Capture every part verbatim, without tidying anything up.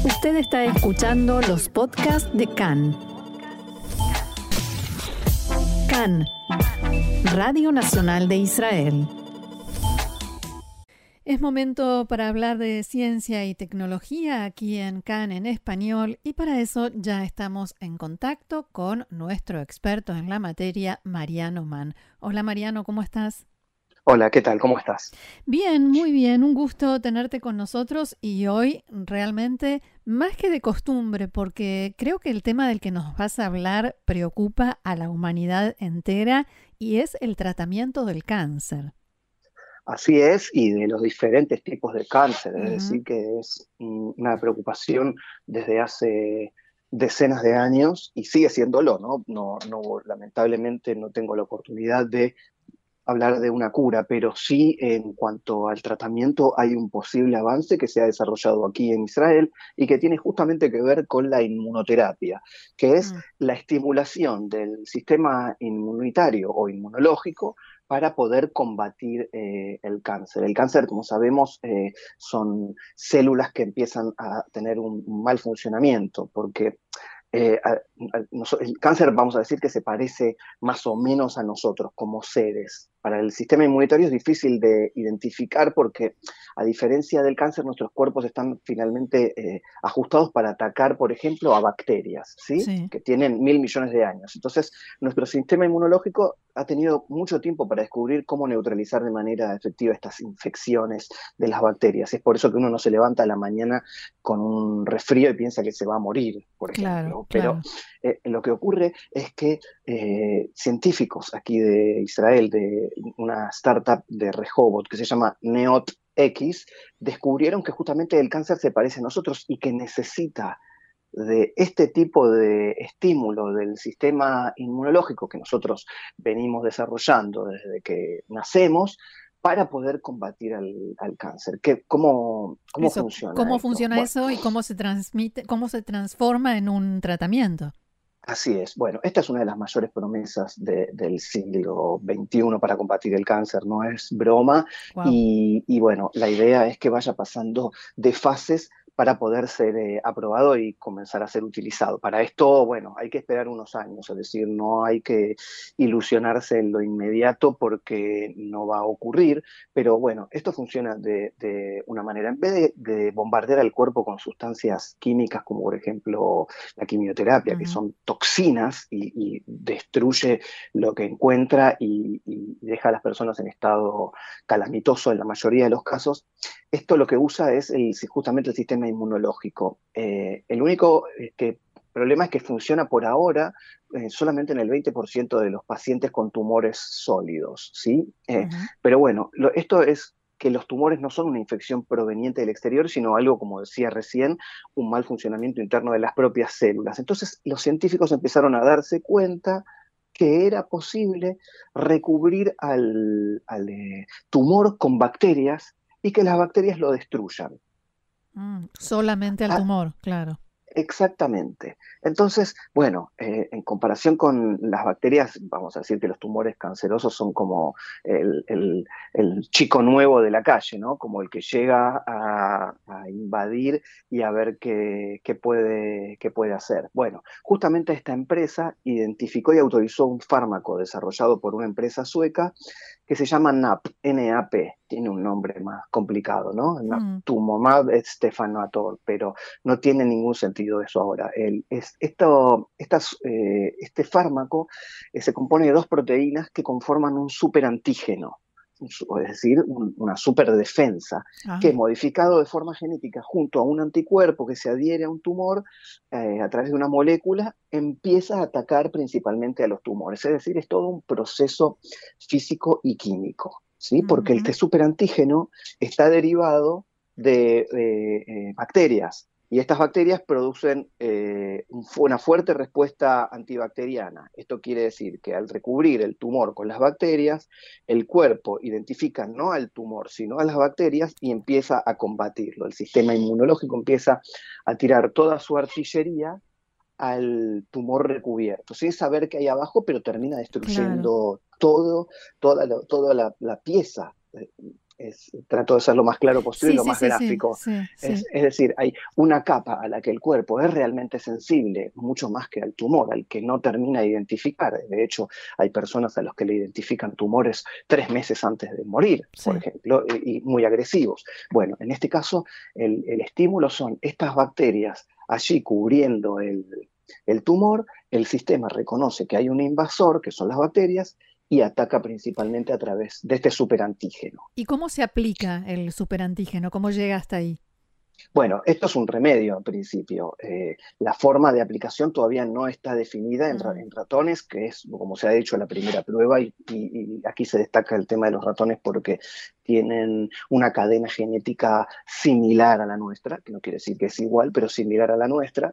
Usted está escuchando los podcasts de C A N. C A N, Radio Nacional de Israel. Es momento para hablar de ciencia y tecnología aquí en C A N en español, y para eso ya estamos en contacto con nuestro experto en la materia, Mariano Mann. Hola Mariano, ¿cómo estás? Hola, ¿qué tal? ¿Cómo estás? Bien, muy bien. Un gusto tenerte con nosotros y hoy realmente más que de costumbre, porque creo que el tema del que nos vas a hablar preocupa a la humanidad entera y es el tratamiento del cáncer. Así es, y de los diferentes tipos de cáncer, es Uh-huh. decir, que es una preocupación desde hace decenas de años y sigue siéndolo, ¿no? No, no, lamentablemente no tengo la oportunidad de hablar de una cura, pero sí en cuanto al tratamiento hay un posible avance que se ha desarrollado aquí en Israel y que tiene justamente que ver con la inmunoterapia, que es Mm. la estimulación del sistema inmunitario o inmunológico para poder combatir eh, el cáncer. El cáncer, como sabemos, eh, son células que empiezan a tener un, un mal funcionamiento, porque Eh, a, a, el cáncer, vamos a decir que se parece más o menos a nosotros como seres. Para el sistema inmunitario es difícil de identificar porque, a diferencia del cáncer, nuestros cuerpos están finalmente eh, ajustados para atacar, por ejemplo, a bacterias, ¿sí? Sí. Que tienen mil millones de años. Entonces, nuestro sistema inmunológico ha tenido mucho tiempo para descubrir cómo neutralizar de manera efectiva estas infecciones de las bacterias. Es por eso que uno no se levanta a la mañana con un resfrío y piensa que se va a morir, por Claro, ejemplo. claro. Pero eh, lo que ocurre es que eh, científicos aquí de Israel, de una startup de Rehovot que se llama NeotX, descubrieron que justamente el cáncer se parece a nosotros y que necesita de este tipo de estímulo del sistema inmunológico que nosotros venimos desarrollando desde que nacemos para poder combatir al, al cáncer. ¿Qué, cómo, ¿Cómo Eso, funciona ¿cómo esto? funciona Bueno, eso y cómo se transmite, cómo se transforma en un tratamiento? así es. Bueno, esta es una de las mayores promesas de, del siglo veintiuno para combatir el cáncer, no es broma. Wow. Y, y bueno, la idea es que vaya pasando de fases para poder ser eh, aprobado y comenzar a ser utilizado. Para esto, bueno, hay que esperar unos años, es decir, no hay que ilusionarse en lo inmediato porque no va a ocurrir, pero bueno, esto funciona de, de una manera, en vez de, de bombardear al cuerpo con sustancias químicas como por ejemplo la quimioterapia, que Uh-huh. son toxinas y, y destruye lo que encuentra y, y deja a las personas en estado calamitoso en la mayoría de los casos. Esto lo que usa es el, justamente el sistema inmunológico. Eh, el único eh, que, problema es que funciona por ahora eh, solamente en el veinte por ciento de los pacientes con tumores sólidos, ¿sí? Eh, Uh-huh. pero bueno, lo, esto es que los tumores no son una infección proveniente del exterior, sino algo, como decía recién, un mal funcionamiento interno de las propias células. Entonces, los científicos empezaron a darse cuenta que era posible recubrir al, al eh, tumor con bacterias y que las bacterias lo destruyan. Mm, solamente al Ah, tumor, claro. exactamente. Entonces, bueno, eh, en comparación con las bacterias, vamos a decir que los tumores cancerosos son como el, el- el chico nuevo de la calle, ¿no? Como el que llega a, a invadir y a ver qué, qué puede, qué puede hacer. Bueno, justamente esta empresa identificó y autorizó un fármaco desarrollado por una empresa sueca que se llama NAP, N A P, tiene un nombre más complicado, ¿no? Mm. Naptumomab stefanator, pero no tiene ningún sentido eso ahora. El, es, esto, estas, eh, este fármaco eh, se compone de dos proteínas que conforman un superantígeno, es decir, un, una superdefensa, que Ah. modificado de forma genética junto a un anticuerpo que se adhiere a un tumor eh, a través de una molécula, empieza a atacar principalmente a los tumores. Es decir, es todo un proceso físico y químico, ¿sí? Porque Uh-huh. este superantígeno está derivado de eh, eh, bacterias. Y estas bacterias producen eh, una fuerte respuesta antibacteriana. Esto quiere decir que al recubrir el tumor con las bacterias, el cuerpo identifica no al tumor, sino a las bacterias y empieza a combatirlo. El sistema inmunológico empieza a tirar toda su artillería al tumor recubierto, sin saber qué hay abajo, pero termina Claro. destruyendo todo, toda, la, toda la, la pieza Es, trato de ser lo más claro posible y Sí, lo sí, más sí, sí, gráfico. sí, Es, sí, es decir, hay una capa a la que el cuerpo es realmente sensible, mucho más que al tumor, al que no termina de identificar. De hecho, hay personas a las que le identifican tumores tres meses antes de morir, por sí. ejemplo, y, y muy agresivos. Bueno, en este caso, el, el estímulo son estas bacterias allí cubriendo el, el tumor. El sistema reconoce que hay un invasor, que son las bacterias, y ataca principalmente a través de este superantígeno. ¿Y cómo se aplica el superantígeno? ¿Cómo llega hasta ahí? Bueno, esto es un remedio en principio. Eh, la forma de aplicación todavía no está definida en, ra Mm, en ratones, que es, como se ha dicho, la primera prueba, y, y, y aquí se destaca el tema de los ratones porque tienen una cadena genética similar a la nuestra, que no quiere decir que es igual, pero similar a la nuestra,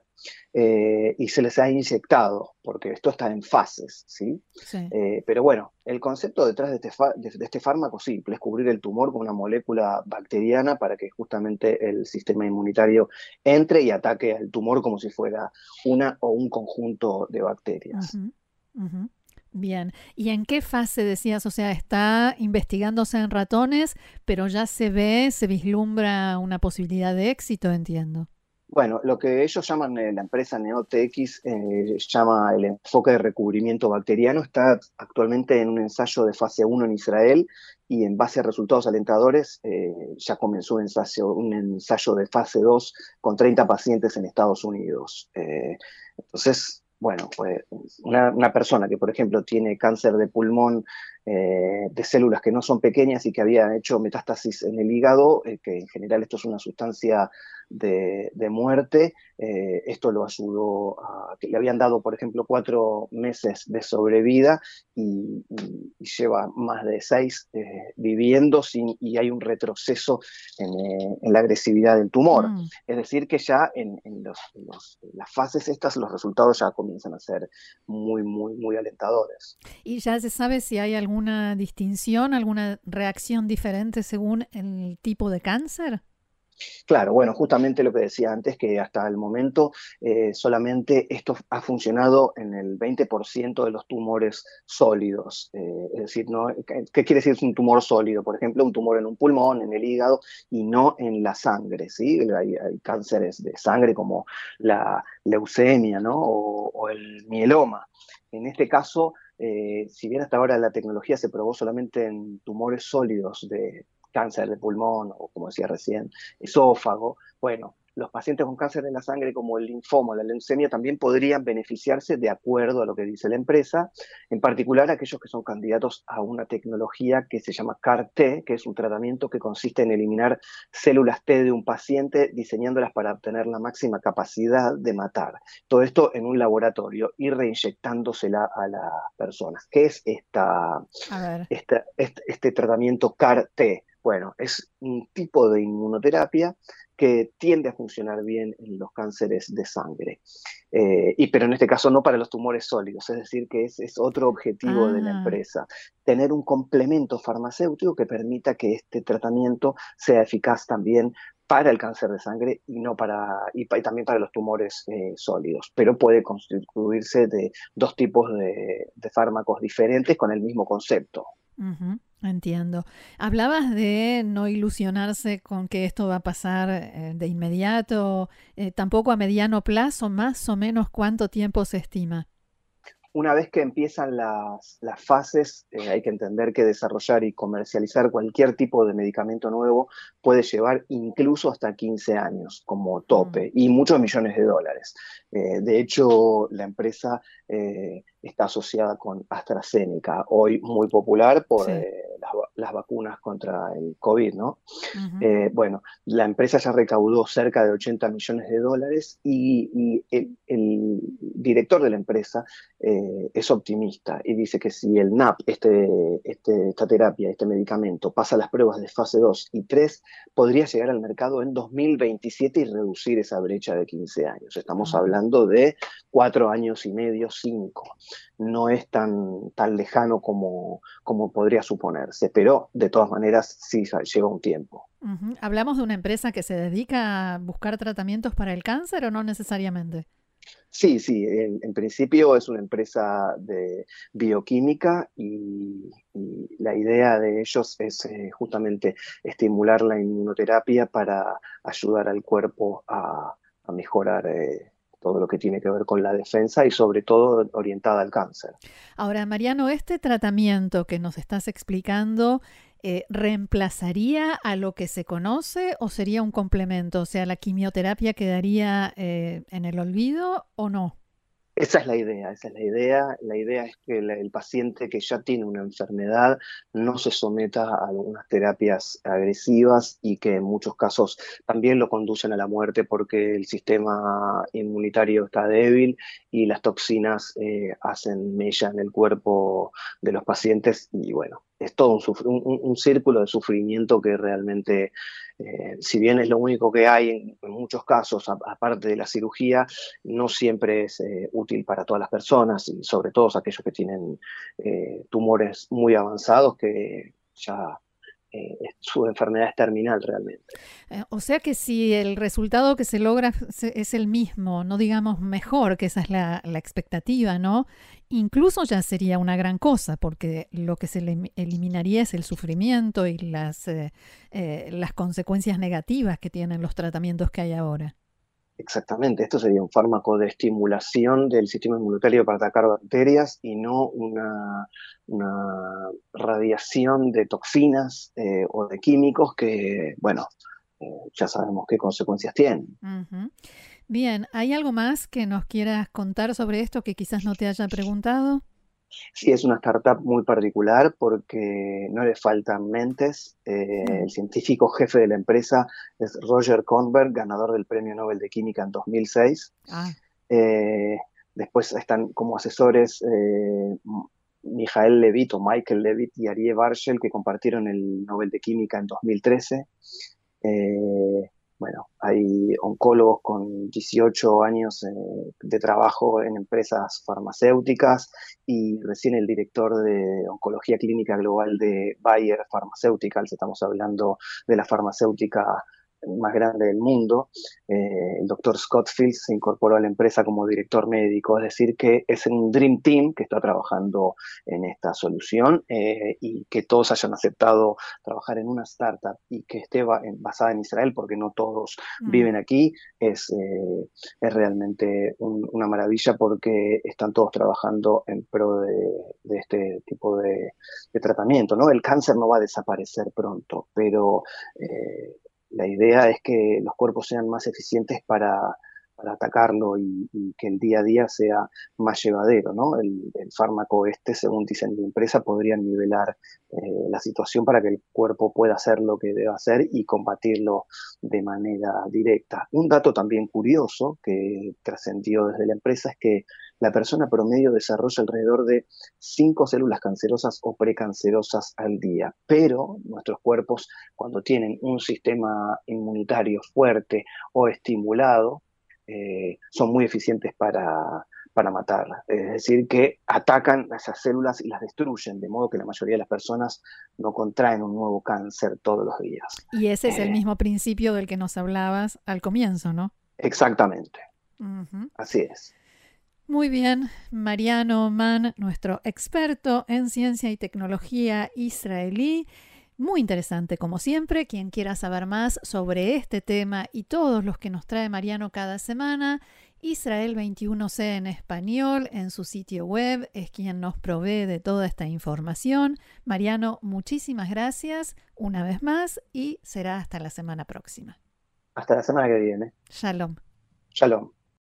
eh, y se les ha inyectado, porque esto está en fases, ¿sí? sí. Eh, pero bueno, el concepto detrás de este, de, de este fármaco simple es cubrir el tumor con una molécula bacteriana para que justamente el sistema inmunitario entre y ataque al tumor como si fuera una o un conjunto de bacterias. Ujú, ujú. Bien. ¿Y en qué fase decías? O sea, está investigándose en ratones, pero ya se ve, se vislumbra una posibilidad de éxito, entiendo. Bueno, lo que ellos llaman, eh, la empresa NeoTX, eh, llama el enfoque de recubrimiento bacteriano, está actualmente en un ensayo de fase uno en Israel y en base a resultados alentadores eh, ya comenzó un ensayo, un ensayo de fase dos con treinta pacientes en Estados Unidos. Eh, entonces, bueno, pues una, una, persona que, por ejemplo, tiene cáncer de pulmón, eh, de células que no son pequeñas y que había hecho metástasis en el hígado, eh, que en general esto es una sustancia de, de muerte, eh, esto lo ayudó a que le habían dado, por ejemplo, cuatro meses de sobrevida y, y, y lleva más de seis eh, viviendo sin, y hay un retroceso en, eh, en la agresividad del tumor. Mm. Es decir, que ya en, en, los, en, los, en las fases estas los resultados ya comienzan a ser muy, muy, muy alentadores. ¿Y ya se sabe si hay alguna distinción, alguna reacción diferente según el tipo de cáncer? Claro, bueno, justamente lo que decía antes, que hasta el momento eh, solamente esto ha funcionado en el veinte por ciento de los tumores sólidos. Eh, es decir, ¿no? ¿Qué, ¿qué quiere decir un tumor sólido? Por ejemplo, un tumor en un pulmón, en el hígado y no en la sangre, ¿sí? Hay, hay cánceres de sangre como la leucemia, ¿no? O, o el mieloma. En este caso, eh, si bien hasta ahora la tecnología se probó solamente en tumores sólidos de cáncer de pulmón o, como decía recién, esófago, bueno, los pacientes con cáncer de la sangre como el linfoma, la leucemia, también podrían beneficiarse de acuerdo a lo que dice la empresa, en particular aquellos que son candidatos a una tecnología que se llama C A R T, que es un tratamiento que consiste en eliminar células T de un paciente, diseñándolas para obtener la máxima capacidad de matar. Todo esto en un laboratorio y reinyectándosela a las personas. ¿Qué es esta, A ver. esta, este, este tratamiento C A R T? Bueno, es un tipo de inmunoterapia que tiende a funcionar bien en los cánceres de sangre, eh, y, pero en este caso no para los tumores sólidos, es decir, que es, es otro objetivo de la Ah, empresa, tener un complemento farmacéutico que permita que este tratamiento sea eficaz también para el cáncer de sangre y, no para, y, y también para los tumores eh, sólidos, pero puede constituirse de dos tipos de, de fármacos diferentes con el mismo concepto. ujú, entiendo. Hablabas de no ilusionarse con que esto va a pasar eh, de inmediato, eh, tampoco a mediano plazo, más o menos cuánto tiempo se estima. Una vez que empiezan las, las fases, eh, hay que entender que desarrollar y comercializar cualquier tipo de medicamento nuevo puede llevar incluso hasta quince años como Mm, tope y muchos millones de dólares. Eh, de hecho, la empresa eh, está asociada con AstraZeneca, hoy muy popular por sí. eh, las, las, vacunas contra el COVID, ¿no? Ujú, Eh, bueno, la empresa ya recaudó cerca de ochenta millones de dólares y, y el, el, director de la empresa eh, es optimista y dice que si el N A P, este, este, esta terapia, este medicamento, pasa las pruebas de fase dos y tres, podría llegar al mercado en dos mil veintisiete y reducir esa brecha de quince años. Estamos ajá. hablando de cuatro años y medio, cinco. No es tan, tan lejano como, como podría suponerse, pero de todas maneras sí lleva un tiempo. Ujú. ¿Hablamos de una empresa que se dedica a buscar tratamientos para el cáncer o no necesariamente? Sí, sí, en, en principio es una empresa de bioquímica y, y la idea de ellos es eh, justamente estimular la inmunoterapia para ayudar al cuerpo a, a mejorar eh, todo lo que tiene que ver con la defensa y sobre todo orientada al cáncer. Ahora, Mariano, este tratamiento que nos estás explicando, eh, ¿reemplazaría a lo que se conoce o sería un complemento? O sea, ¿la quimioterapia quedaría eh, en el olvido o no? Esa es la idea, esa es la idea. La idea es que el, el paciente que ya tiene una enfermedad no se someta a algunas terapias agresivas y que en muchos casos también lo conducen a la muerte porque el sistema inmunitario está débil y las toxinas eh, hacen mella en el cuerpo de los pacientes y bueno, es todo un, sufr- un, un- un círculo de sufrimiento que realmente, eh, si bien es lo único que hay en, en muchos casos, a- aparte de la cirugía, no siempre es eh, útil para todas las personas y sobre todo aquellos que tienen eh, tumores muy avanzados que ya eh, su enfermedad es terminal realmente. Eh, o sea que si el resultado que se logra se- es el mismo, no digamos mejor, que esa es la, la expectativa, ¿no? Incluso ya sería una gran cosa, porque lo que se elim- eliminaría es el sufrimiento y las, eh, eh, las consecuencias negativas que tienen los tratamientos que hay ahora. Exactamente, esto sería un fármaco de estimulación del sistema inmunitario para atacar bacterias y no una, una radiación de toxinas eh, o de químicos que, bueno, eh, ya sabemos qué consecuencias tienen. Ujú. Bien, ¿hay algo más que nos quieras contar sobre esto que quizás no te haya preguntado? Sí, es una startup muy particular porque no le faltan mentes. Eh, Mm. el científico jefe de la empresa es Roger Kornberg, ganador del Premio Nobel de Química en dos mil seis. Ah, Eh, Después están como asesores eh, Michael Levitt o Michael Levitt y Arie Bargel, que compartieron el Nobel de Química en dos mil trece. Eh, bueno, hay oncólogos con dieciocho años eh, de trabajo en empresas farmacéuticas y recién el director de Oncología Clínica Global de Bayer Pharmaceuticals, estamos hablando de la farmacéutica más grande del mundo, eh, el doctor Scott Fields se incorporó a la empresa como director médico, es decir, que es un Dream Team que está trabajando en esta solución eh, y que todos hayan aceptado trabajar en una startup y que esté ba en, basada en Israel, porque no todos mm, viven aquí, es, eh, es realmente un, una maravilla porque están todos trabajando en pro de, de este tipo de, de, tratamiento, ¿no? El cáncer no va a desaparecer pronto, pero eh, la idea es que los cuerpos sean más eficientes para, para atacarlo y, y, que el día a día sea más llevadero, ¿no? El, el fármaco este, según dicen en la empresa, podría nivelar eh, la situación para que el cuerpo pueda hacer lo que debe hacer y combatirlo de manera directa. Un dato también curioso que trascendió desde la empresa es que la persona promedio desarrolla alrededor de cinco células cancerosas o precancerosas al día, pero nuestros cuerpos, cuando tienen un sistema inmunitario fuerte o estimulado, eh, son muy eficientes para, para matarla. Es decir, que atacan a esas células y las destruyen, de modo que la mayoría de las personas no contraen un nuevo cáncer todos los días. y ese es el Eh, mismo principio del que nos hablabas al comienzo, ¿no? exactamente, Ujú. así es. Muy bien, Mariano Mann, nuestro experto en ciencia y tecnología israelí. Muy interesante, como siempre. Quien quiera saber más sobre este tema y todos los que nos trae Mariano cada semana, Israel veintiuno ce en español en su sitio web es quien nos provee de toda esta información. Mariano, muchísimas gracias una vez más y será hasta la semana próxima. Hasta la semana que viene. Shalom. Shalom.